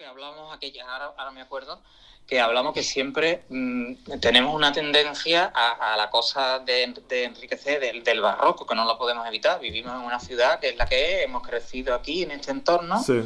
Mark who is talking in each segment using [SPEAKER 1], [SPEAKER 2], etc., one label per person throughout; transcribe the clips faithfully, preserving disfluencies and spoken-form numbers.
[SPEAKER 1] que hablamos aquella, ahora, ahora me acuerdo, que hablamos que siempre mmm, tenemos una tendencia a, a la cosa de, de enriquecer del, del barroco, que no lo podemos evitar. Vivimos en una ciudad que es la que es, hemos crecido aquí en este entorno,
[SPEAKER 2] Sí.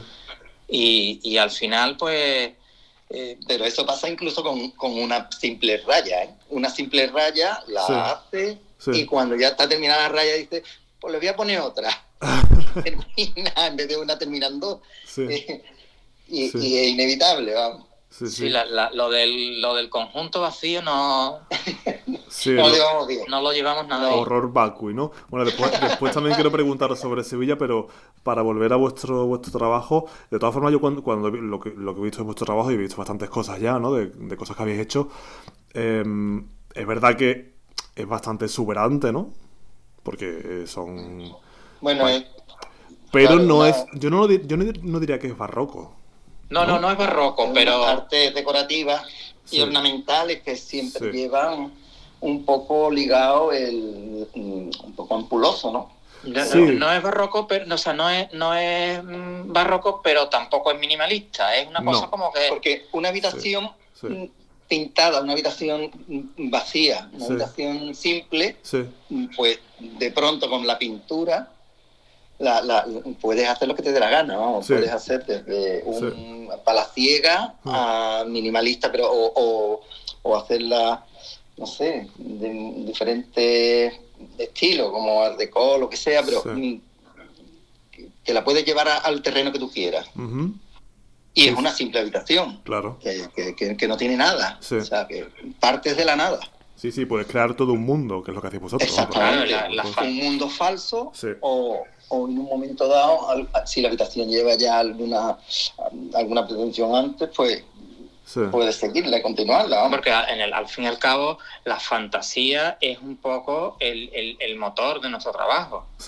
[SPEAKER 1] y, y al final, pues...
[SPEAKER 3] Eh, pero eso pasa incluso con, con una simple raya, ¿eh? Una simple raya la
[SPEAKER 2] Sí.
[SPEAKER 3] hace
[SPEAKER 2] Sí.
[SPEAKER 3] y cuando ya está terminada la raya dice, pues le voy a poner otra. Termina, en vez de una terminan dos.
[SPEAKER 2] Sí.
[SPEAKER 3] Eh, y,
[SPEAKER 2] Sí.
[SPEAKER 3] y es inevitable, vamos.
[SPEAKER 2] Sí,
[SPEAKER 1] Sí,
[SPEAKER 2] sí.
[SPEAKER 1] la, la, lo, del, lo del conjunto vacío no,
[SPEAKER 2] Sí,
[SPEAKER 3] No lo
[SPEAKER 2] lo-
[SPEAKER 3] llevamos bien.
[SPEAKER 1] no lo llevamos nada bien.
[SPEAKER 2] horror vacui, ¿no? Bueno, después, después también quiero preguntaros sobre Sevilla, pero para volver a vuestro vuestro trabajo, de todas formas yo cuando, cuando vi- lo, que, lo que he visto de vuestro trabajo, y he visto bastantes cosas ya, ¿no? De, de cosas que habéis hecho, eh, es verdad que es bastante exuberante, ¿no? Porque eh, son...
[SPEAKER 3] Bueno,
[SPEAKER 2] Vale.
[SPEAKER 3] eh,
[SPEAKER 2] Pero
[SPEAKER 3] claro,
[SPEAKER 2] no
[SPEAKER 3] una-
[SPEAKER 2] es... Yo no, lo di- yo no, di- no diría que es barroco.
[SPEAKER 1] No, no, no es barroco,
[SPEAKER 3] unas
[SPEAKER 1] pero...
[SPEAKER 3] artes decorativas y
[SPEAKER 2] Sí.
[SPEAKER 3] ornamentales que siempre
[SPEAKER 2] Sí.
[SPEAKER 3] llevan un poco ligado el un poco ampuloso, ¿no?
[SPEAKER 1] No,
[SPEAKER 2] Sí.
[SPEAKER 1] no, no es barroco, pero, o sea, no es, no es mm, barroco, pero tampoco es minimalista. Es una
[SPEAKER 2] No.
[SPEAKER 1] cosa como que...
[SPEAKER 3] Porque una habitación
[SPEAKER 2] Sí.
[SPEAKER 3] mm, pintada, una habitación mm, vacía, una
[SPEAKER 2] Sí.
[SPEAKER 3] habitación simple,
[SPEAKER 2] Sí,
[SPEAKER 3] mm, pues de pronto con la pintura la, la, puedes hacer lo que te dé la gana, vamos.
[SPEAKER 2] Sí.
[SPEAKER 3] Puedes hacer desde un palaciega
[SPEAKER 2] Ah.
[SPEAKER 3] a minimalista, pero o, o, o hacerla, no sé, de diferentes estilos, como art deco, lo que sea, pero
[SPEAKER 2] Sí.
[SPEAKER 3] mm, que, que la puedes llevar a- al terreno que tú quieras.
[SPEAKER 2] ujú,
[SPEAKER 3] Y
[SPEAKER 2] Sí,
[SPEAKER 3] es una
[SPEAKER 2] sí.
[SPEAKER 3] simple habitación,
[SPEAKER 2] claro.
[SPEAKER 3] que, que, que, que no tiene nada.
[SPEAKER 2] Sí.
[SPEAKER 3] O sea, que partes de la nada.
[SPEAKER 2] Sí, sí, puedes crear todo un mundo, que es lo que hacéis vosotros. ¿no?
[SPEAKER 3] Exactamente.
[SPEAKER 1] Claro, la- la fa-
[SPEAKER 3] Un mundo falso,
[SPEAKER 2] Sí.
[SPEAKER 3] o, o en un momento dado, al- si la habitación lleva ya alguna, alguna pretensión antes, pues
[SPEAKER 2] Sí.
[SPEAKER 3] puedes seguirla y continuarla. vamos.
[SPEAKER 1] Porque en el, al fin y al cabo la fantasía es un poco el, el, el motor de nuestro trabajo.
[SPEAKER 2] Sí.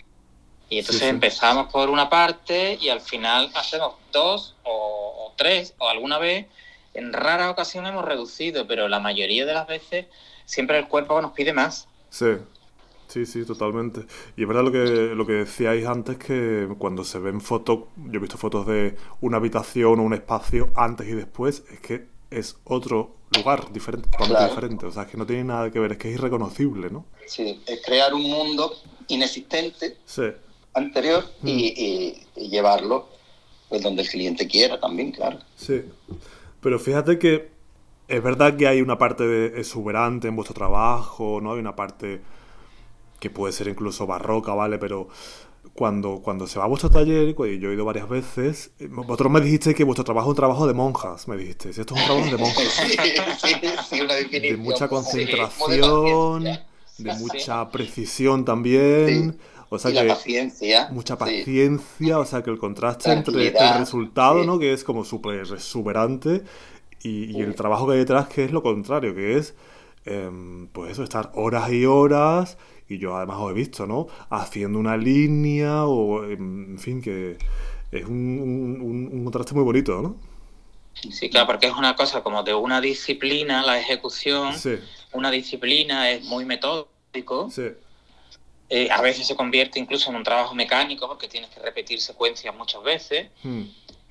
[SPEAKER 1] Y entonces
[SPEAKER 2] Sí, sí.
[SPEAKER 1] empezamos por una parte y al final hacemos dos o, o tres, o alguna vez, en raras ocasiones hemos reducido, pero la mayoría de las veces siempre el cuerpo nos pide más.
[SPEAKER 2] Sí, sí, sí, totalmente. Y es verdad lo que, lo que decíais antes, que cuando se ven fotos, yo he visto fotos de una habitación o un espacio antes y después, es que es otro lugar diferente, totalmente
[SPEAKER 3] Claro.
[SPEAKER 2] diferente. O sea, es que no tiene nada que ver, es que es irreconocible, ¿no?
[SPEAKER 3] Sí, es crear un mundo inexistente
[SPEAKER 2] Sí,
[SPEAKER 3] anterior
[SPEAKER 2] Mm.
[SPEAKER 3] y, y- y llevarlo pues donde el cliente quiera también, claro.
[SPEAKER 2] sí. Pero fíjate que es verdad que hay una parte de exuberante en vuestro trabajo, ¿no? Hay una parte que puede ser incluso barroca, ¿vale? Pero cuando, cuando se va a vuestro taller, y yo he ido varias veces, eh, vosotros me dijisteis que vuestro trabajo es un trabajo de monjas, me dijisteis. Esto es un trabajo de monjas.
[SPEAKER 3] Sí, sí, sí, una
[SPEAKER 2] De
[SPEAKER 3] definición.
[SPEAKER 2] mucha
[SPEAKER 3] Sí, como de
[SPEAKER 2] concentración,
[SPEAKER 3] paciencia.
[SPEAKER 2] de
[SPEAKER 1] Sí.
[SPEAKER 2] mucha precisión también. O sea
[SPEAKER 3] Y la
[SPEAKER 2] que
[SPEAKER 3] paciencia.
[SPEAKER 2] mucha
[SPEAKER 3] sí.
[SPEAKER 2] paciencia, o sea que el contraste entre el
[SPEAKER 3] Tranquilidad,
[SPEAKER 2] resultado,
[SPEAKER 3] sí.
[SPEAKER 2] ¿no? Que es como súper exuberante, y, y el trabajo que hay detrás, que es lo contrario, que es, em, pues eso, estar horas y horas, y yo además os he visto, ¿no? Haciendo una línea, o em, en fin, que es un, un- un- un contraste muy bonito, ¿no?
[SPEAKER 1] Sí, claro, porque es una cosa como de una disciplina, la ejecución,
[SPEAKER 2] Sí,
[SPEAKER 1] una disciplina es muy metódico.
[SPEAKER 2] sí,
[SPEAKER 1] Eh, a veces se convierte incluso en un trabajo mecánico porque tienes que repetir secuencias muchas veces.
[SPEAKER 2] mm,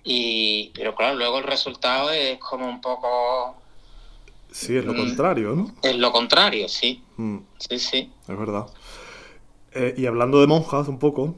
[SPEAKER 1] Y, pero claro, luego el resultado es como un poco...
[SPEAKER 2] sí, es lo
[SPEAKER 1] Mm.
[SPEAKER 2] contrario, ¿no?
[SPEAKER 1] Es lo contrario, sí.
[SPEAKER 2] Mm,
[SPEAKER 1] Sí, sí.
[SPEAKER 2] es verdad. Eh, y hablando de monjas un poco,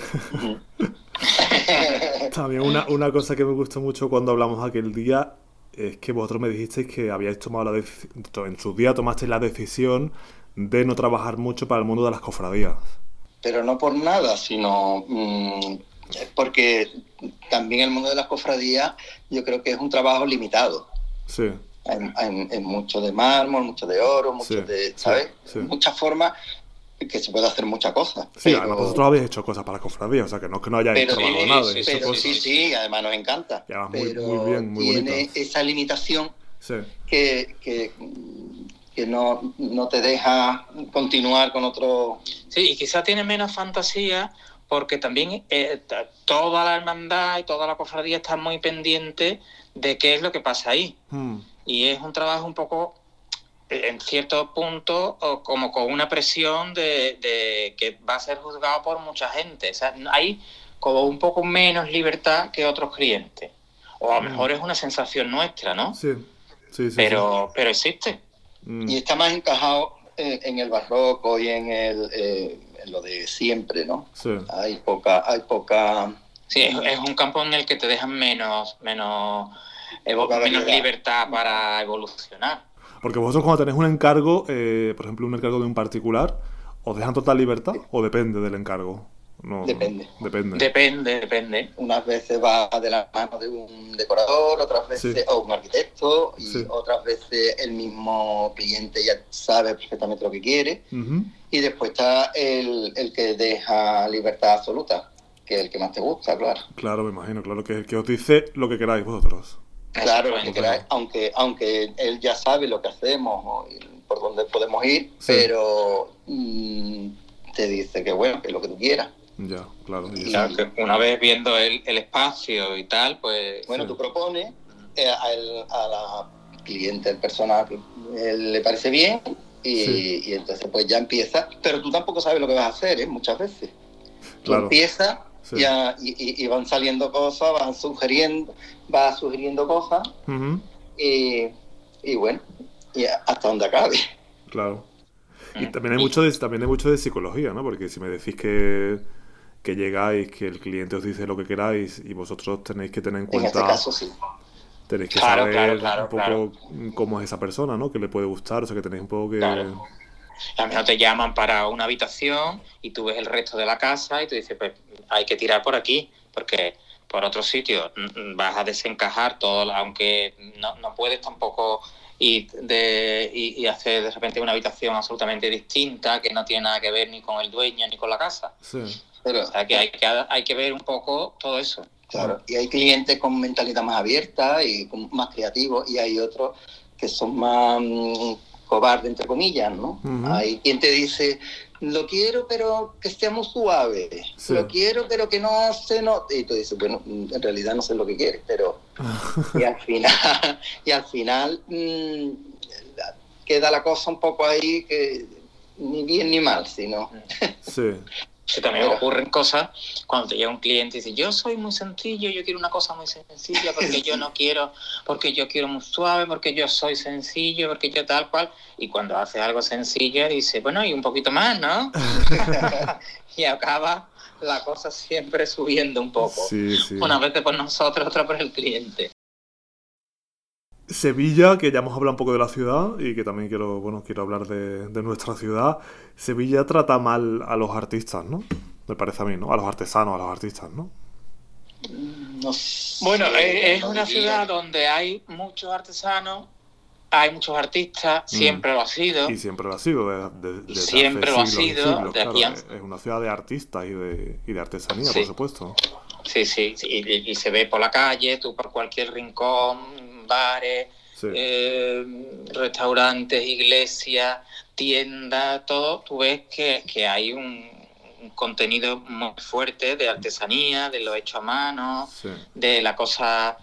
[SPEAKER 2] también una, una cosa que me gustó mucho cuando hablamos aquel día es que vosotros me dijisteis que habíais tomado la decisión, en su día tomasteis la decisión de no trabajar mucho para el mundo de las cofradías.
[SPEAKER 3] Pero no por nada, sino mm, porque también el mundo de las cofradías yo creo que es un trabajo limitado.
[SPEAKER 2] Sí,
[SPEAKER 3] Hay, hay- hay mucho de mármol, mucho de oro, mucho
[SPEAKER 2] Sí,
[SPEAKER 3] de,
[SPEAKER 2] sí,
[SPEAKER 3] ¿sabes?
[SPEAKER 2] sí.
[SPEAKER 3] Muchas formas que se puede hacer muchas cosas.
[SPEAKER 2] sí,
[SPEAKER 3] pero,
[SPEAKER 2] además vosotros habéis hecho cosas para cofradías, o sea que no es que no hayáis
[SPEAKER 3] pero,
[SPEAKER 2] trabajado
[SPEAKER 1] sí,
[SPEAKER 2] nada,
[SPEAKER 1] sí,
[SPEAKER 2] habéis hecho
[SPEAKER 3] pero
[SPEAKER 2] cosas.
[SPEAKER 3] sí, sí, además nos encanta.
[SPEAKER 2] Y además muy-
[SPEAKER 3] pero
[SPEAKER 2] muy bien, muy
[SPEAKER 3] tiene
[SPEAKER 2] bonitas.
[SPEAKER 3] esa limitación
[SPEAKER 2] Sí,
[SPEAKER 3] que, que, que no, no te deja continuar con otro...
[SPEAKER 1] Sí, y quizá tiene menos fantasía porque también eh, t- toda la hermandad y toda la cofradía está muy pendiente de qué es lo que pasa ahí.
[SPEAKER 2] mm,
[SPEAKER 1] Y es un trabajo un poco, eh, en cierto punto, o como con una presión de, de que va a ser juzgado por mucha gente. O sea, hay como un poco menos libertad que otros clientes. O a lo mejor es una sensación nuestra, ¿no?
[SPEAKER 2] Sí, sí, sí.
[SPEAKER 1] Pero,
[SPEAKER 2] sí.
[SPEAKER 1] pero existe.
[SPEAKER 3] Mm. Y está más encajado en, en el barroco y en, el, eh, en lo de siempre, ¿no?
[SPEAKER 2] Sí.
[SPEAKER 3] Hay poca... Hay poca
[SPEAKER 1] sí, es, es un campo en el que te dejan menos, menos, evo- menos libertad para evolucionar.
[SPEAKER 2] Porque vosotros cuando tenéis un encargo, eh, por ejemplo, un encargo de un particular, ¿os dejan total libertad o depende del encargo? No,
[SPEAKER 3] depende.
[SPEAKER 2] Depende.
[SPEAKER 1] Depende, depende.
[SPEAKER 3] Unas veces va de la mano de un decorador, otras veces
[SPEAKER 2] sí.
[SPEAKER 3] o un arquitecto, y
[SPEAKER 2] sí.
[SPEAKER 3] otras veces el mismo cliente ya sabe perfectamente lo que quiere.
[SPEAKER 2] Uh-huh.
[SPEAKER 3] Y después está el, el que deja libertad absoluta, que es el que más te gusta, claro.
[SPEAKER 2] Claro, me imagino, claro, que es el que os dice lo que queráis vosotros.
[SPEAKER 3] Claro, lo que queráis, aunque, aunque él ya sabe lo que hacemos o por dónde podemos ir, sí. pero mmm, te dice que bueno, que es lo que tú quieras.
[SPEAKER 2] Ya, claro.
[SPEAKER 1] Y claro, que una vez viendo el, el espacio y tal, pues...
[SPEAKER 3] Bueno,
[SPEAKER 2] sí.
[SPEAKER 3] tú propones eh, a, el, a la cliente, el personal, él le parece bien y, sí. y entonces pues ya empieza, pero tú tampoco sabes lo que vas a hacer, ¿eh? Muchas veces. Tú
[SPEAKER 2] claro.
[SPEAKER 3] empiezas sí. ya, y, y van saliendo cosas, van sugiriendo, vas sugiriendo cosas
[SPEAKER 2] uh-huh.
[SPEAKER 3] y, y bueno, y hasta donde acabe.
[SPEAKER 2] Claro. Y también hay mucho de, también hay mucho de psicología, ¿no? Porque si me decís que... que llegáis, que el cliente os dice lo que queráis y vosotros tenéis que tener en cuenta...
[SPEAKER 3] En este caso, sí.
[SPEAKER 2] Tenéis que
[SPEAKER 1] claro,
[SPEAKER 2] saber
[SPEAKER 1] claro, claro,
[SPEAKER 2] un poco
[SPEAKER 1] claro.
[SPEAKER 2] cómo es esa persona, ¿no? Que le puede gustar, o sea, que tenéis un poco que...
[SPEAKER 1] Claro. A lo mejor te llaman para una habitación y tú ves el resto de la casa y tú dices, pues hay que tirar por aquí, porque por otro sitio vas a desencajar todo, aunque no, no puedes tampoco ir de, y, y hacer de repente una habitación absolutamente distinta, que no tiene nada que ver ni con el dueño ni con la casa.
[SPEAKER 2] Sí.
[SPEAKER 3] Pero,
[SPEAKER 1] o sea, que hay, que hay que ver un poco todo eso.
[SPEAKER 3] Claro, y hay clientes con mentalidad más abierta y más creativos, y hay otros que son más mmm, cobardes, entre comillas, ¿no? Uh-huh. Hay quien te dice, lo quiero, pero que sea muy suave. Sí. Lo quiero, pero que no se note. Y tú dices, bueno, en realidad no sé lo que quieres, pero... y al final, y al final mmm, queda la cosa un poco ahí que ni bien ni mal, sino...
[SPEAKER 2] Sí.
[SPEAKER 1] Que también ocurren cosas cuando te llega un cliente y dice, yo soy muy sencillo, yo quiero una cosa muy sencilla porque yo no quiero, porque yo quiero muy suave, porque yo soy sencillo, porque yo tal cual. Y cuando hace algo sencillo dice, bueno, y un poquito más, ¿no? Y acaba la cosa siempre subiendo un poco.
[SPEAKER 2] Sí, sí.
[SPEAKER 1] Una vez por nosotros, otra por el cliente.
[SPEAKER 2] Sevilla, que ya hemos hablado un poco de la ciudad y que también quiero, bueno, quiero hablar de, de nuestra ciudad. Sevilla trata mal a los artistas, ¿no? Me parece a mí, ¿no? A los artesanos, a los artistas, ¿no?
[SPEAKER 3] No sé,
[SPEAKER 1] bueno, es, es una ciudad donde hay muchos artesanos, hay muchos artistas, siempre mm. lo ha sido.
[SPEAKER 2] Y siempre lo ha sido, de, de, desde
[SPEAKER 1] siempre
[SPEAKER 2] hace
[SPEAKER 1] lo ha
[SPEAKER 2] siglos
[SPEAKER 1] sido.
[SPEAKER 2] Siglos,
[SPEAKER 1] de
[SPEAKER 2] claro.
[SPEAKER 1] a...
[SPEAKER 2] Es una ciudad de artistas y de, y de artesanía,
[SPEAKER 1] sí.
[SPEAKER 2] por supuesto.
[SPEAKER 1] Sí, sí, sí. Y, y se ve por la calle, tú por cualquier rincón, bares, sí. eh, restaurantes, iglesias, tiendas, todo, tú ves que, que hay un, un contenido muy fuerte de artesanía, de lo hecho a mano, sí. de la cosa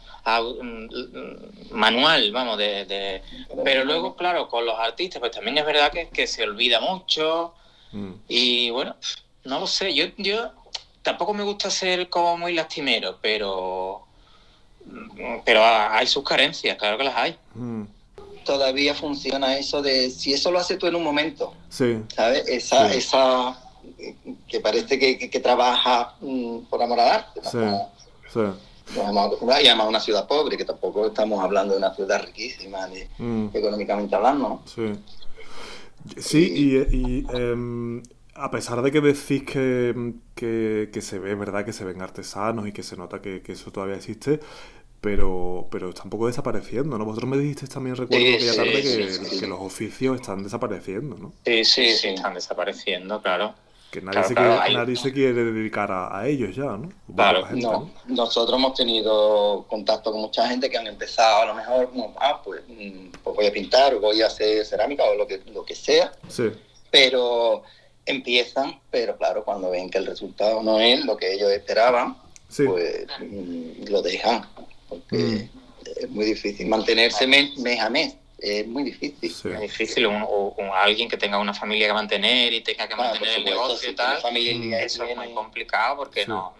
[SPEAKER 1] manual, vamos, de, de... pero luego, claro, con los artistas, pues también es verdad que, que se olvida mucho mm. y bueno, no lo sé, yo, yo tampoco me gusta ser como muy lastimero, pero... pero hay sus carencias, claro que las hay.
[SPEAKER 2] Mm.
[SPEAKER 3] Todavía funciona eso de si eso lo haces tú en un momento,
[SPEAKER 2] sí.
[SPEAKER 3] ¿sabes? Esa,
[SPEAKER 2] sí.
[SPEAKER 3] esa que parece que, que, que trabaja mm, por amor al arte.
[SPEAKER 2] Sí.
[SPEAKER 3] ¿no?
[SPEAKER 2] Sí.
[SPEAKER 3] Nos hemos acostumbrado y además una ciudad pobre, que tampoco estamos hablando de una ciudad riquísima ni
[SPEAKER 2] mm.
[SPEAKER 3] económicamente hablando, ¿no?
[SPEAKER 2] Sí. Sí, y, y eh, a pesar de que decís que, que, que se ve, ¿verdad? Que se ven artesanos y que se nota que, que eso todavía existe, pero, pero está un poco desapareciendo, ¿no? Vosotros me dijisteis también, recuerdo,
[SPEAKER 1] sí,
[SPEAKER 2] aquella
[SPEAKER 1] sí,
[SPEAKER 2] tarde,
[SPEAKER 1] sí,
[SPEAKER 2] que,
[SPEAKER 1] sí, sí.
[SPEAKER 2] que los oficios están desapareciendo, ¿no?
[SPEAKER 1] Sí, sí, sí, están desapareciendo, claro.
[SPEAKER 2] Que nadie,
[SPEAKER 1] claro,
[SPEAKER 2] se,
[SPEAKER 1] claro,
[SPEAKER 2] quiere,
[SPEAKER 1] hay...
[SPEAKER 2] nadie se quiere dedicar a, a ellos ya, ¿no?
[SPEAKER 1] Claro,
[SPEAKER 3] gente, no. ¿no? Nosotros hemos tenido contacto con mucha gente que han empezado a lo mejor, como, ah, pues, pues voy a pintar o voy a hacer cerámica o lo que, lo que sea.
[SPEAKER 2] Sí.
[SPEAKER 3] Pero empiezan, pero claro, cuando ven que el resultado no es lo que ellos esperaban, sí. pues mm, lo dejan, porque mm. es muy difícil mantenerse mes, mes a mes. Es muy difícil.
[SPEAKER 1] Sí. Es difícil, un, un, alguien que tenga una familia que mantener y tenga que mantener ah, el negocio y tal,
[SPEAKER 3] familia,
[SPEAKER 1] eso es muy complicado porque sí. no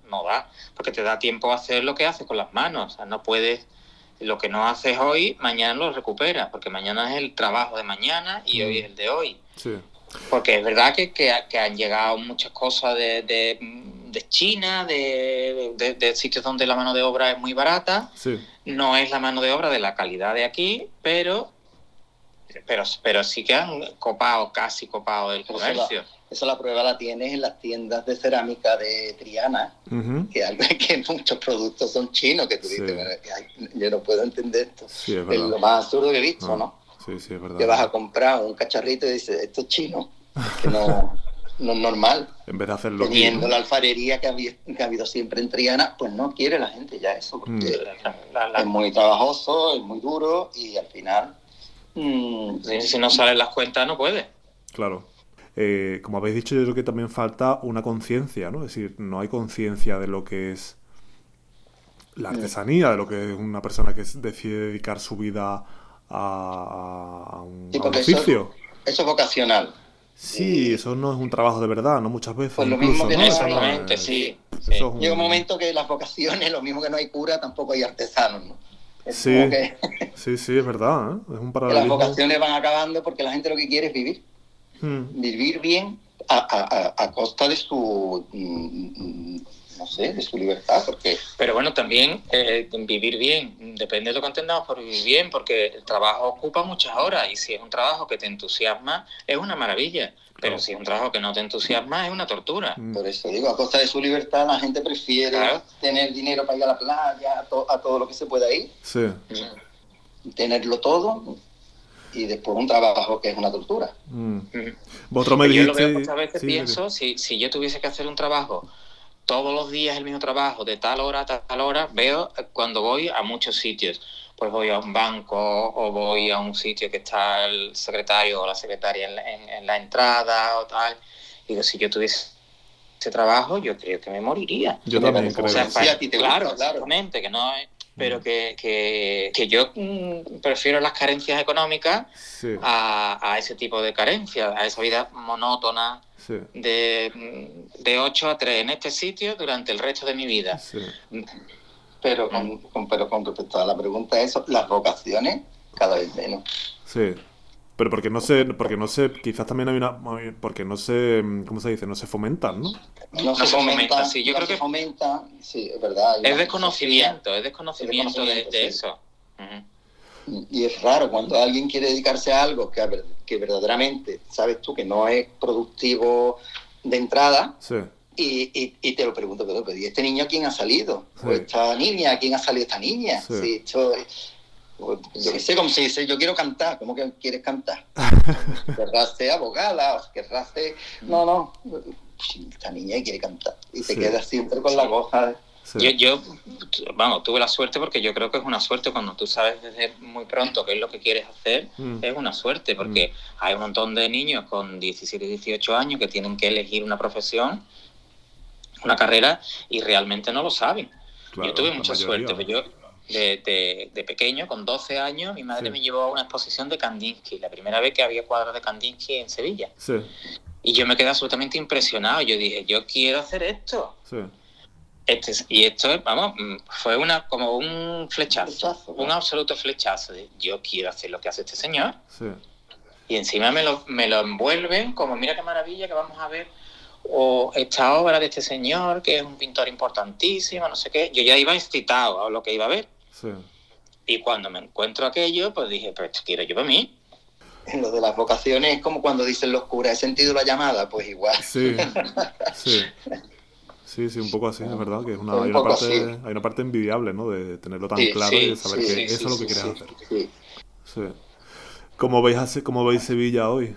[SPEAKER 1] no da, porque te da tiempo a hacer lo que haces con las manos. O sea, no puedes, lo que no haces hoy, mañana lo recuperas, porque mañana es el trabajo de mañana y mm. hoy es el de hoy.
[SPEAKER 2] Sí.
[SPEAKER 1] Porque es verdad que, que, que han llegado muchas cosas de, de, de China, de, de, de sitios donde la mano de obra es muy barata.
[SPEAKER 2] Sí.
[SPEAKER 1] No es la mano de obra de la calidad de aquí, pero pero, pero sí que han copado, casi copado el comercio.
[SPEAKER 3] Eso la, eso la prueba la tienes en las tiendas de cerámica de Triana, uh-huh. que, que muchos productos son chinos, que tú sí. dices, bueno, ay, yo no puedo entender esto.
[SPEAKER 2] Sí, es,
[SPEAKER 3] es lo más absurdo que he visto, ¿no? ¿no?
[SPEAKER 2] Sí, sí, es verdad.
[SPEAKER 3] Que vas a comprar un cacharrito y dices, esto es chino, que no, no es normal.
[SPEAKER 2] En vez de hacerlo
[SPEAKER 3] teniendo
[SPEAKER 2] aquí, ¿no?
[SPEAKER 3] la alfarería que ha, habido, que ha habido siempre en Triana, pues no quiere la gente ya eso, porque mm. la, la, es muy trabajoso, es muy duro y al final...
[SPEAKER 1] Mm, si, si no salen las cuentas no puede.
[SPEAKER 2] Claro. Eh, como habéis dicho, yo creo que también falta una conciencia, ¿no? Es decir, no hay conciencia de lo que es la artesanía, de lo que es una persona que decide dedicar su vida a, a un,
[SPEAKER 3] sí,
[SPEAKER 2] a un oficio.
[SPEAKER 3] Eso, eso es vocacional.
[SPEAKER 2] Sí, eso no es un trabajo de verdad, ¿no? Muchas veces.
[SPEAKER 3] Pues lo
[SPEAKER 2] incluso,
[SPEAKER 3] mismo que
[SPEAKER 2] ¿no?
[SPEAKER 3] no
[SPEAKER 1] exactamente,
[SPEAKER 2] es,
[SPEAKER 1] sí.
[SPEAKER 2] sí. Es un...
[SPEAKER 3] Llega un momento que las vocaciones, lo mismo que no hay cura, tampoco hay artesanos, ¿no? Es
[SPEAKER 2] sí, que... sí, sí, es verdad, ¿eh? Es un paralelismo.
[SPEAKER 3] Que las vocaciones van acabando porque la gente lo que quiere es vivir. Hmm. Vivir bien a, a, a costa de su... no sé, de su libertad, porque...
[SPEAKER 1] Pero bueno, también eh, vivir bien, depende de lo que entendamos por vivir bien, porque el trabajo ocupa muchas horas, y si es un trabajo que te entusiasma, es una maravilla, pero claro. si es un trabajo que no te entusiasma, es una tortura.
[SPEAKER 3] Mm. Por eso digo, a costa de su libertad, la gente prefiere claro. tener dinero para ir a la playa, a, to- a todo lo que se pueda ir,
[SPEAKER 2] sí.
[SPEAKER 3] mm. tenerlo todo, y después un trabajo que es una tortura.
[SPEAKER 2] Mm. Mm. Vosotros me dijiste...
[SPEAKER 1] Yo lo veo muchas veces,
[SPEAKER 2] sí,
[SPEAKER 1] pienso, si, si yo tuviese que hacer un trabajo todos los días el mismo trabajo, de tal hora a tal hora, veo cuando voy a muchos sitios. Pues voy a un banco o voy a un sitio que está el secretario o la secretaria en la, en, en la entrada o tal. Y digo, si yo tuviese ese trabajo, yo creo que me moriría.
[SPEAKER 2] Yo también creo.
[SPEAKER 1] O sea,
[SPEAKER 3] sí, a ti te
[SPEAKER 1] claro,
[SPEAKER 3] gusta, claro.
[SPEAKER 1] exactamente, que no es... Pero que, que, que yo mmm, prefiero las carencias económicas
[SPEAKER 2] sí.
[SPEAKER 1] a, a ese tipo de carencias, a esa vida monótona. Sí. De, de ocho a tres en este sitio durante el resto de mi vida.
[SPEAKER 2] Sí.
[SPEAKER 3] Pero, con, con, pero con respecto a la pregunta, eso, las vocaciones cada vez menos.
[SPEAKER 2] Sí. Pero porque no sé, porque no sé, quizás también hay una, porque no se, ¿cómo se dice? No se fomentan, ¿no?
[SPEAKER 3] No,
[SPEAKER 1] no
[SPEAKER 3] se,
[SPEAKER 1] se
[SPEAKER 3] fomenta,
[SPEAKER 1] fomenta, sí, yo
[SPEAKER 3] no
[SPEAKER 1] creo
[SPEAKER 3] se
[SPEAKER 1] que
[SPEAKER 3] fomenta, sí, es verdad.
[SPEAKER 1] Es desconocimiento, es desconocimiento, es desconocimiento de, de
[SPEAKER 3] sí.
[SPEAKER 1] eso. Uh-huh.
[SPEAKER 3] Y es raro cuando alguien quiere dedicarse a algo que, que verdaderamente sabes tú que no es productivo de entrada,
[SPEAKER 2] sí.
[SPEAKER 3] y, y, y te lo pregunto, pero, pero ¿y este niño quién ha salido? Sí. ¿O esta niña? ¿Quién ha salido esta niña?
[SPEAKER 2] Sí.
[SPEAKER 3] Sí, esto, yo qué sé, como se dice, yo quiero cantar, ¿cómo que quieres cantar? Querrás ser abogada, o querrás ser... No, no, esta niña quiere cantar. Y te sí. quedas siempre con la goja de...
[SPEAKER 1] Sí. Yo, yo, vamos, tuve la suerte porque yo creo que es una suerte cuando tú sabes desde muy pronto qué es lo que quieres hacer, mm. es una suerte porque mm. hay un montón de niños con diecisiete, dieciocho años que tienen que elegir una profesión, una carrera y realmente no lo saben. Claro, yo tuve mucha mayoría, suerte, pero yo de, de, de pequeño, con doce años, mi madre sí. me llevó a una exposición de Kandinsky, la primera vez que había cuadros de Kandinsky en Sevilla.
[SPEAKER 2] Sí.
[SPEAKER 1] Y yo me quedé absolutamente impresionado, yo dije, yo quiero hacer esto.
[SPEAKER 2] Sí.
[SPEAKER 1] Este, y esto, vamos, fue una como un flechazo, flechazo un absoluto flechazo. De, yo quiero hacer lo que hace este señor.
[SPEAKER 2] Sí.
[SPEAKER 1] Y encima me lo, me lo envuelven como, mira qué maravilla que vamos a ver o esta obra de este señor, que es un pintor importantísimo, no sé qué. Yo ya iba excitado a lo que iba a ver.
[SPEAKER 2] Sí.
[SPEAKER 1] Y cuando me encuentro aquello, pues dije, pues esto quiero yo para mí.
[SPEAKER 3] En lo de las vocaciones es como cuando dicen los curas, ¿he sentido la llamada? Pues igual.
[SPEAKER 2] Sí, sí. Sí, sí, un poco así, es verdad, que es una, un hay, una parte, hay una parte envidiable, ¿no? De tenerlo tan
[SPEAKER 3] sí,
[SPEAKER 2] claro
[SPEAKER 3] sí,
[SPEAKER 2] y de saber
[SPEAKER 3] sí,
[SPEAKER 2] que
[SPEAKER 3] sí,
[SPEAKER 2] eso
[SPEAKER 3] sí,
[SPEAKER 2] es lo que
[SPEAKER 3] sí,
[SPEAKER 2] quieres
[SPEAKER 3] sí,
[SPEAKER 2] hacer.
[SPEAKER 3] Sí.
[SPEAKER 2] Sí. ¿Cómo veis, hace, ¿Cómo veis Sevilla hoy?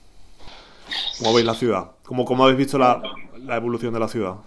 [SPEAKER 2] ¿Cómo veis la ciudad? ¿Cómo, cómo habéis visto la, la evolución de la ciudad?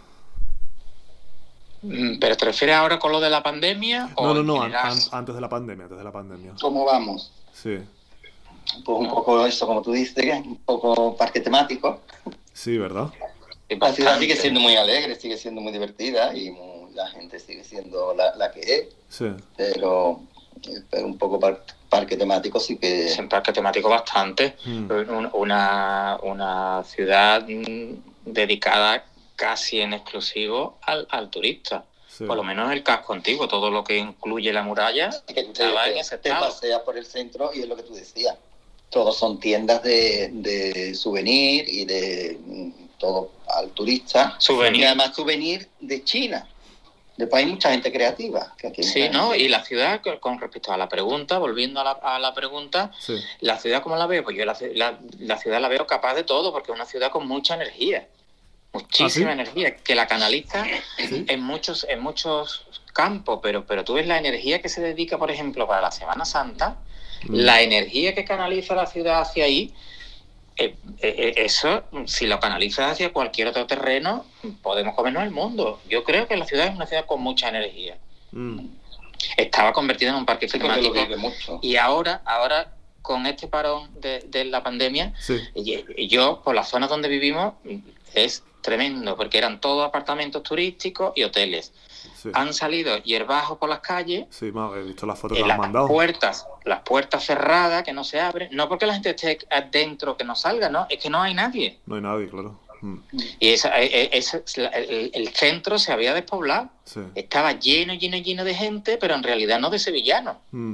[SPEAKER 1] ¿Pero te refieres ahora con lo de la pandemia?
[SPEAKER 2] No,
[SPEAKER 1] o
[SPEAKER 2] no, no,
[SPEAKER 1] an,
[SPEAKER 2] an, antes de la pandemia, antes de la pandemia.
[SPEAKER 3] ¿Cómo vamos?
[SPEAKER 2] Sí.
[SPEAKER 3] Pues un poco eso, como tú dices, un poco parque temático.
[SPEAKER 2] Sí, ¿verdad?
[SPEAKER 3] La ciudad sigue siendo muy alegre, sigue siendo muy divertida y muy, la gente sigue siendo la, la que es.
[SPEAKER 2] Sí.
[SPEAKER 3] Pero, pero un poco par, parque temático sí que...
[SPEAKER 1] Sí, parque temático bastante. Mm. Una, una ciudad dedicada casi en exclusivo al, al turista.
[SPEAKER 2] Sí.
[SPEAKER 1] Por lo menos el casco antiguo, todo lo que incluye la muralla,
[SPEAKER 3] Que te,
[SPEAKER 1] estaba
[SPEAKER 3] te-
[SPEAKER 1] en ese
[SPEAKER 3] te
[SPEAKER 1] estado.
[SPEAKER 3] paseas por el centro y es lo que tú decías. Todos son tiendas de, de souvenir y de mm, todo al turista.
[SPEAKER 1] Souvenir.
[SPEAKER 3] Y además souvenir de China. Después hay mucha gente creativa. Que aquí hay
[SPEAKER 1] Sí,
[SPEAKER 3] mucha
[SPEAKER 1] ¿no?
[SPEAKER 3] gente-
[SPEAKER 1] Y la ciudad, con- con respecto a la pregunta, volviendo a la, a la pregunta,
[SPEAKER 2] Sí.
[SPEAKER 1] ¿la ciudad cómo la veo? Pues yo la, ci- la, la ciudad la veo capaz de todo, porque es una ciudad con mucha energía, muchísima
[SPEAKER 2] ¿Ah, sí?
[SPEAKER 1] energía, que la canaliza
[SPEAKER 2] Sí.
[SPEAKER 1] en muchos en muchos campos, pero, pero tú ves la energía que se dedica, por ejemplo, para la Semana Santa,
[SPEAKER 2] Mm.
[SPEAKER 1] la energía que canaliza la ciudad hacia ahí, eh, eh, eso, si lo canalizas hacia cualquier otro terreno, podemos comernos el mundo. Yo creo que la ciudad es una ciudad con mucha energía.
[SPEAKER 2] Mm.
[SPEAKER 1] Estaba convertida en un parque
[SPEAKER 3] Sí, porque lo
[SPEAKER 1] climático
[SPEAKER 3] vive mucho.
[SPEAKER 1] y ahora, ahora con este parón de, de la pandemia,
[SPEAKER 2] Sí.
[SPEAKER 1] y- y yo, por las zonas donde vivimos, es tremendo, porque eran todos apartamentos turísticos y hoteles.
[SPEAKER 2] Sí.
[SPEAKER 1] Han salido hierbajos por las calles,
[SPEAKER 2] Sí, ma, he visto las fotos que
[SPEAKER 1] eh,
[SPEAKER 2] me han
[SPEAKER 1] las
[SPEAKER 2] mandado.
[SPEAKER 1] puertas, las puertas cerradas que no se abren, no porque la gente esté adentro que no salga, no, es que no hay nadie.
[SPEAKER 2] No hay nadie, claro. Mm.
[SPEAKER 1] Y esa, eh, eh, esa es la- el, el centro se había despoblado,
[SPEAKER 2] Sí.
[SPEAKER 1] estaba lleno, lleno, lleno de gente, pero en realidad no de sevillanos.
[SPEAKER 2] Mm.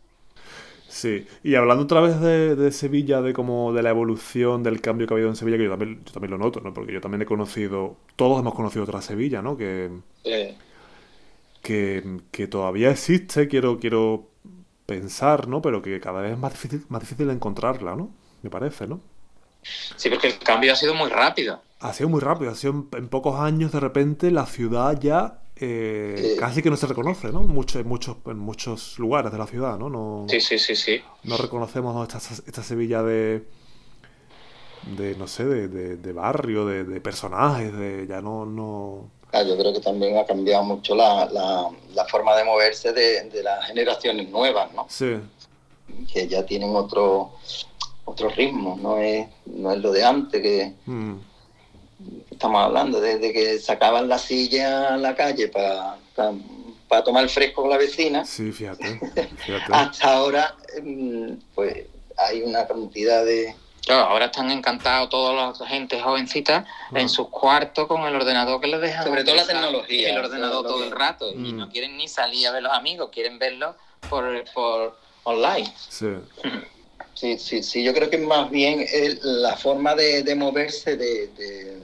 [SPEAKER 2] Sí, y hablando otra vez de, de Sevilla, de como de la evolución, del cambio que ha habido en Sevilla, que yo también, yo también lo noto, ¿no? Porque yo también he conocido, todos hemos conocido otra Sevilla, ¿no? Que,
[SPEAKER 3] Eh,
[SPEAKER 2] que, que todavía existe, quiero, quiero pensar, ¿no? Pero que cada vez es más difícil, más difícil encontrarla, ¿no? Me parece, ¿no?
[SPEAKER 1] Sí, porque el cambio ha sido muy rápido.
[SPEAKER 2] Ha sido muy rápido, ha sido en, en pocos años, de repente, la ciudad ya eh,
[SPEAKER 3] Sí.
[SPEAKER 2] casi que no se reconoce, ¿no? Mucho, en, muchos, en muchos lugares de la ciudad, ¿no? No,
[SPEAKER 1] Sí, sí, sí, sí.
[SPEAKER 2] no reconocemos, ¿no? esta, esta Sevilla de, de no sé, de, de, de barrio, de, de personajes, de ya no, no...
[SPEAKER 3] ah, yo creo que también ha cambiado mucho la, la, la forma de moverse de, de las generaciones nuevas, ¿no?
[SPEAKER 2] Sí,
[SPEAKER 3] Que ya tienen otro, otro ritmo, no es, no es lo de antes que
[SPEAKER 2] mm,
[SPEAKER 3] estamos hablando, desde que sacaban la silla a la calle para tomar el fresco con la vecina,
[SPEAKER 2] sí, fíjate, fíjate.
[SPEAKER 3] hasta ahora mm, pues hay una cantidad de...
[SPEAKER 1] Claro, ahora están encantados toda la gente jovencita
[SPEAKER 2] Ah.
[SPEAKER 1] en sus cuartos con el ordenador que les dejan.
[SPEAKER 3] Sobre todo la
[SPEAKER 1] utilizar
[SPEAKER 3] tecnología,
[SPEAKER 1] El ordenador
[SPEAKER 3] eso es lo
[SPEAKER 1] todo
[SPEAKER 3] que-
[SPEAKER 1] el rato. Y
[SPEAKER 2] Mm.
[SPEAKER 1] no quieren ni salir a ver los amigos, quieren verlos por, por online.
[SPEAKER 2] Sí,
[SPEAKER 3] Sí, sí, sí, yo creo que más bien el- la forma de, de moverse de, de,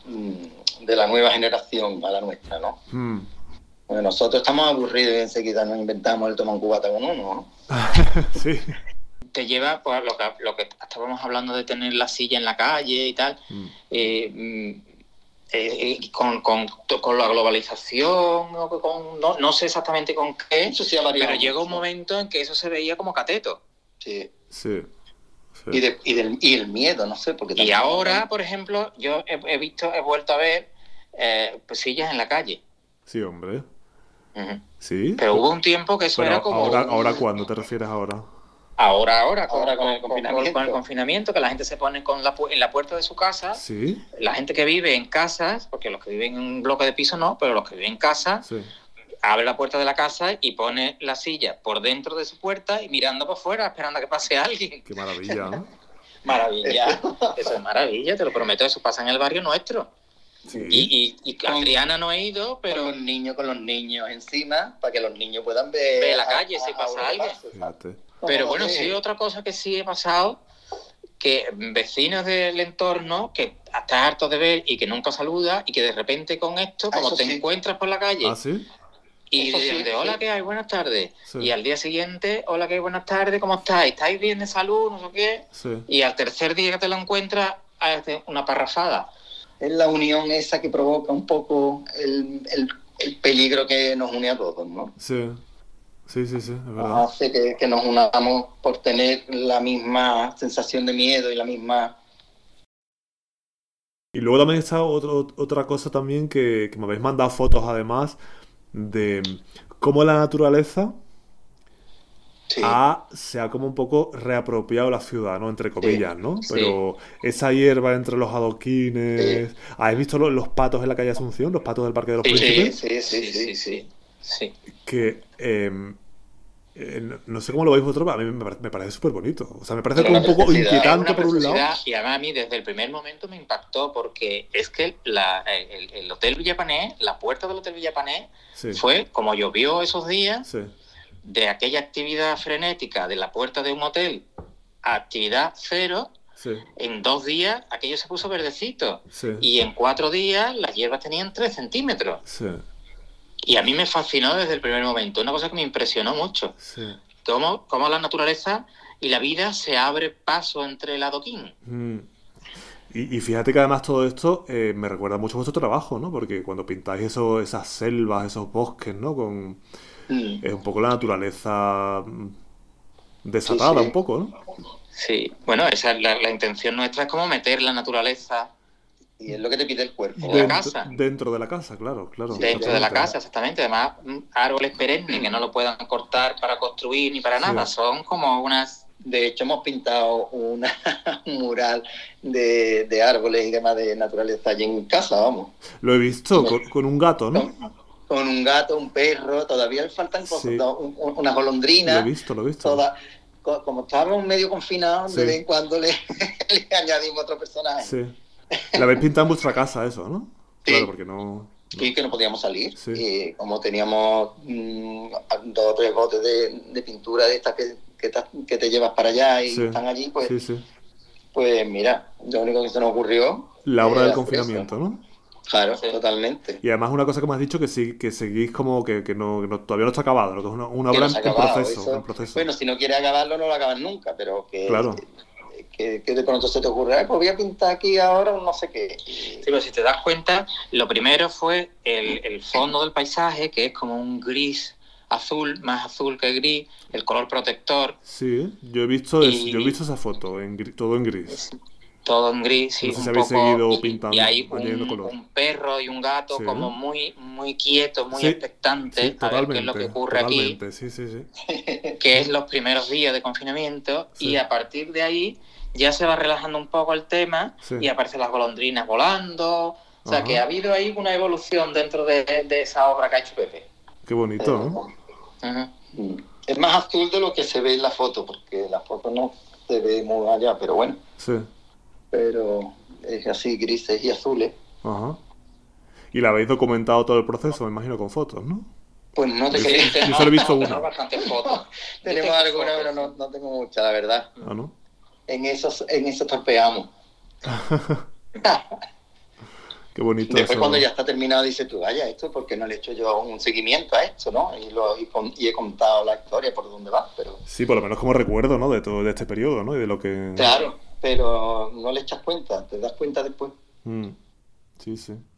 [SPEAKER 3] mm, de la nueva generación a la nuestra, ¿no?
[SPEAKER 2] mm.
[SPEAKER 3] Bueno, nosotros estamos aburridos y enseguida nos inventamos el tomar un cubata con uno, ¿no?
[SPEAKER 2] Sí.
[SPEAKER 1] Te lleva, pues, lo que, lo que estábamos hablando de tener la silla en la calle y tal,
[SPEAKER 2] Mm.
[SPEAKER 1] eh, mm, eh, eh, con, con, con la globalización, o con, no, no sé exactamente con qué,
[SPEAKER 3] Eso sí ha variado
[SPEAKER 1] pero llegó un
[SPEAKER 3] mucho.
[SPEAKER 1] momento en que eso se veía como cateto.
[SPEAKER 3] Sí.
[SPEAKER 2] Sí, sí.
[SPEAKER 3] Y, de- y, del, y el miedo, no sé, porque
[SPEAKER 1] Y
[SPEAKER 3] también-
[SPEAKER 1] ahora, por ejemplo, yo he, he visto, he vuelto a ver eh, pues, sillas en la calle.
[SPEAKER 2] Sí, hombre.
[SPEAKER 1] Ujú.
[SPEAKER 2] Sí.
[SPEAKER 1] Pero hubo un tiempo que eso
[SPEAKER 2] Pero
[SPEAKER 1] era como...
[SPEAKER 2] ahora,
[SPEAKER 1] un-
[SPEAKER 2] ahora ¿cuándo te refieres ahora?
[SPEAKER 1] Ahora, ahora, con,
[SPEAKER 3] Ahora con el
[SPEAKER 1] con-
[SPEAKER 3] confinamiento.
[SPEAKER 1] con el confinamiento, que la gente se pone con la, pu- en la puerta de su casa.
[SPEAKER 2] Sí,
[SPEAKER 1] La gente que vive en casas, porque los que viven en un bloque de piso no, pero los que viven en casa,
[SPEAKER 2] sí.
[SPEAKER 1] abre la puerta de la casa y pone la silla por dentro de su puerta y mirando por fuera, esperando a que pase alguien.
[SPEAKER 2] Qué maravilla, ¿no?
[SPEAKER 1] Maravilla. Eso es maravilla, te lo prometo, eso pasa en el barrio nuestro.
[SPEAKER 2] Sí.
[SPEAKER 1] Y, y, y a Triana no he ido,
[SPEAKER 3] Pero
[SPEAKER 1] pero
[SPEAKER 3] los niños con los niños encima, para que los niños puedan ver...
[SPEAKER 1] Ve la
[SPEAKER 3] a-
[SPEAKER 1] calle,
[SPEAKER 3] a-
[SPEAKER 1] si
[SPEAKER 3] a
[SPEAKER 1] pasa
[SPEAKER 3] uno que
[SPEAKER 1] alguien.
[SPEAKER 3] pasa,
[SPEAKER 2] Fíjate.
[SPEAKER 1] Pero
[SPEAKER 3] No,
[SPEAKER 1] bueno,
[SPEAKER 3] sí.
[SPEAKER 1] sí, otra cosa que sí he pasado, que vecinos del entorno que estás harto de ver y que nunca saluda y que de repente con esto,
[SPEAKER 3] Ah,
[SPEAKER 1] como
[SPEAKER 3] eso
[SPEAKER 1] te
[SPEAKER 3] sí.
[SPEAKER 1] encuentras por la calle
[SPEAKER 2] ¿Ah, sí?
[SPEAKER 1] y
[SPEAKER 3] Eso
[SPEAKER 1] de,
[SPEAKER 3] sí,
[SPEAKER 1] de, hola,
[SPEAKER 3] sí.
[SPEAKER 1] ¿qué hay? Buenas tardes.
[SPEAKER 2] Sí.
[SPEAKER 1] Y al día siguiente, hola, ¿qué hay? Buenas tardes, ¿cómo estáis? ¿Estáis bien de salud? No sé qué.
[SPEAKER 2] Sí.
[SPEAKER 1] Y al tercer día que te lo encuentras, haces una parrafada.
[SPEAKER 3] Es la unión esa que provoca un poco el, el, el peligro que nos une a todos, ¿no?
[SPEAKER 2] Sí. Sí, sí, sí, es verdad.
[SPEAKER 3] Nos hace que, que nos unamos por tener la misma sensación de miedo y la misma...
[SPEAKER 2] Y luego también está otro- otra cosa también que, que me habéis mandado fotos además de cómo la naturaleza
[SPEAKER 3] Sí.
[SPEAKER 2] ha, se ha como un poco reapropiado la ciudad, ¿no? Entre comillas, ¿no?
[SPEAKER 1] sí.
[SPEAKER 2] Pero esa hierba entre los adoquines... ¿Habéis visto los, los patos en la calle Asunción? Los patos del Parque de los
[SPEAKER 1] Sí,
[SPEAKER 2] Príncipes.
[SPEAKER 3] Sí, sí,
[SPEAKER 1] Sí,
[SPEAKER 3] sí.
[SPEAKER 1] sí, sí. sí.
[SPEAKER 2] Que eh, Eh, no, no sé cómo lo veis vosotros, pero a mí me, pare- me parece súper bonito. O sea, me parece
[SPEAKER 3] Pero
[SPEAKER 2] como un
[SPEAKER 3] la
[SPEAKER 2] poco
[SPEAKER 3] preciosidad,
[SPEAKER 1] Es
[SPEAKER 2] inquietante
[SPEAKER 1] una
[SPEAKER 2] por un lado.
[SPEAKER 1] preciosidad y además a mí desde el primer momento me impactó porque es que la, el, el Hotel Villapané, la puerta del Hotel Villapané
[SPEAKER 2] Sí,
[SPEAKER 1] fue como llovió esos días,
[SPEAKER 2] sí,
[SPEAKER 1] de aquella actividad frenética de la puerta de un hotel a actividad cero,
[SPEAKER 2] sí,
[SPEAKER 1] en dos días aquello se puso verdecito
[SPEAKER 2] sí,
[SPEAKER 1] y en cuatro días las hierbas tenían tres centímetros.
[SPEAKER 2] sí,
[SPEAKER 1] Y a mí me fascinó desde el primer momento, una cosa que me impresionó mucho,
[SPEAKER 2] sí.
[SPEAKER 1] cómo, cómo la naturaleza y la vida se abre paso entre el adoquín.
[SPEAKER 2] Mm. Y, y fíjate que además todo esto eh, me recuerda mucho a vuestro trabajo, ¿no? Porque cuando pintáis eso, esas selvas, esos bosques, ¿no? Con
[SPEAKER 3] Mm.
[SPEAKER 2] es un poco la naturaleza mm,
[SPEAKER 3] Sí,
[SPEAKER 2] desatada, un
[SPEAKER 3] sí.
[SPEAKER 2] poco, ¿no?
[SPEAKER 1] Sí, bueno, esa es la, la intención nuestra, es como meter la naturaleza
[SPEAKER 3] Y es lo que te pide el cuerpo.
[SPEAKER 1] En la
[SPEAKER 2] Dentro,
[SPEAKER 1] casa.
[SPEAKER 2] dentro de la casa, claro, claro.
[SPEAKER 3] Sí,
[SPEAKER 1] dentro de la
[SPEAKER 2] exactamente.
[SPEAKER 1] casa, exactamente. Además, mm, árboles perennes que no lo puedan cortar para construir ni para
[SPEAKER 2] Sí.
[SPEAKER 1] nada, son como unas...
[SPEAKER 3] De hecho, hemos pintado una, un mural de, de árboles y demás de naturaleza allí en casa, vamos.
[SPEAKER 2] Lo he visto con, con un gato, ¿no?
[SPEAKER 3] Con, con un gato, un perro, todavía le faltan cosas,
[SPEAKER 2] Sí.
[SPEAKER 3] do- un- un- unas
[SPEAKER 2] Lo he
[SPEAKER 3] golondrinas.
[SPEAKER 2] visto, lo he visto.
[SPEAKER 3] Toda, co- como estábamos medio confinados,
[SPEAKER 2] Sí.
[SPEAKER 3] de vez en cuando le, le añadimos otro personaje.
[SPEAKER 2] Sí. La habéis pintado en vuestra casa, eso, ¿no?
[SPEAKER 3] Sí.
[SPEAKER 2] Claro, porque no.
[SPEAKER 3] Y que no podíamos salir.
[SPEAKER 2] Sí.
[SPEAKER 3] Y como teníamos mm, dos o tres botes de, de pintura de estas que, que, te, que te llevas para allá y
[SPEAKER 2] Sí.
[SPEAKER 3] están allí, pues,
[SPEAKER 2] Sí, sí.
[SPEAKER 3] pues mira, lo único que se nos ocurrió...
[SPEAKER 2] La obra
[SPEAKER 3] eh,
[SPEAKER 2] del
[SPEAKER 3] hacer
[SPEAKER 2] confinamiento,
[SPEAKER 3] eso.
[SPEAKER 2] ¿no?
[SPEAKER 3] Claro,
[SPEAKER 1] Sí.
[SPEAKER 3] totalmente.
[SPEAKER 2] Y además una cosa que me has dicho que sí, que seguís como que, que no, que no- todavía no está acabado, ¿no? Que es una, una
[SPEAKER 3] Que
[SPEAKER 2] obra
[SPEAKER 3] no se ha
[SPEAKER 2] en, en
[SPEAKER 3] acabado,
[SPEAKER 2] proceso,
[SPEAKER 3] eso-
[SPEAKER 2] en proceso.
[SPEAKER 3] Bueno, si no quieres acabarlo, no lo acabas nunca, pero que,
[SPEAKER 2] Claro.
[SPEAKER 3] que, que de pronto se te ocurre, "Ay, pues voy a pintar aquí ahora un no sé qué". Y-
[SPEAKER 1] Sí, pero si te das cuenta, lo primero fue el, el fondo del paisaje, que es como un gris azul, más azul que gris, el color protector,
[SPEAKER 2] Sí, yo he visto, es-
[SPEAKER 1] Y-
[SPEAKER 2] yo he visto esa foto, en gri- todo en gris.
[SPEAKER 1] todo en gris, sí,
[SPEAKER 2] No sé si
[SPEAKER 1] un
[SPEAKER 2] habéis
[SPEAKER 1] poco,
[SPEAKER 2] seguido
[SPEAKER 1] y-
[SPEAKER 2] pintando,
[SPEAKER 1] y hay
[SPEAKER 2] añadiendo
[SPEAKER 1] un,
[SPEAKER 2] color.
[SPEAKER 1] un perro y un gato
[SPEAKER 2] Sí.
[SPEAKER 1] como muy, muy quietos, muy
[SPEAKER 2] Sí,
[SPEAKER 1] expectantes,
[SPEAKER 2] Sí,
[SPEAKER 1] a ver qué es lo
[SPEAKER 2] totalmente,
[SPEAKER 1] que ocurre aquí,
[SPEAKER 2] totalmente, sí, sí, sí.
[SPEAKER 1] que es los primeros días de confinamiento,
[SPEAKER 2] Sí.
[SPEAKER 1] y a partir de ahí ya se va relajando un poco el tema
[SPEAKER 2] Sí.
[SPEAKER 1] y aparecen las golondrinas volando. O sea,
[SPEAKER 2] Ajá.
[SPEAKER 1] que ha habido ahí una evolución dentro de, de esa obra que ha hecho Pepe.
[SPEAKER 2] Qué bonito, ¿no?
[SPEAKER 1] Ujú.
[SPEAKER 3] Es más azul de lo que se ve en la foto, porque la foto no se ve muy allá, pero bueno,
[SPEAKER 2] Sí,
[SPEAKER 3] pero es así, grises y azules.
[SPEAKER 2] ajá. Y la habéis documentado todo el proceso, me imagino, con fotos, ¿no?
[SPEAKER 3] Pues no te
[SPEAKER 2] Yo-
[SPEAKER 3] crees.
[SPEAKER 2] yo solo he visto una.
[SPEAKER 1] Tenemos bastantes fotos.
[SPEAKER 3] Tenemos
[SPEAKER 1] Yo tengo
[SPEAKER 3] alguna,
[SPEAKER 1] fotos.
[SPEAKER 3] pero no, no tengo mucha, la verdad.
[SPEAKER 2] Ah, ¿no?
[SPEAKER 3] En eso, en eso torpeamos.
[SPEAKER 2] Qué bonito
[SPEAKER 3] Después
[SPEAKER 2] eso.
[SPEAKER 3] cuando ya está terminado dices tú, vaya, esto porque no le he hecho yo un seguimiento a esto, ¿no? Y, lo, y, con- y he contado la historia por dónde va, pero...
[SPEAKER 2] Sí, por lo menos como recuerdo, ¿no? De todo de este periodo, ¿no? Y de lo que...
[SPEAKER 3] Claro, pero no le echas cuenta, te das cuenta después.
[SPEAKER 2] Mm, sí, sí.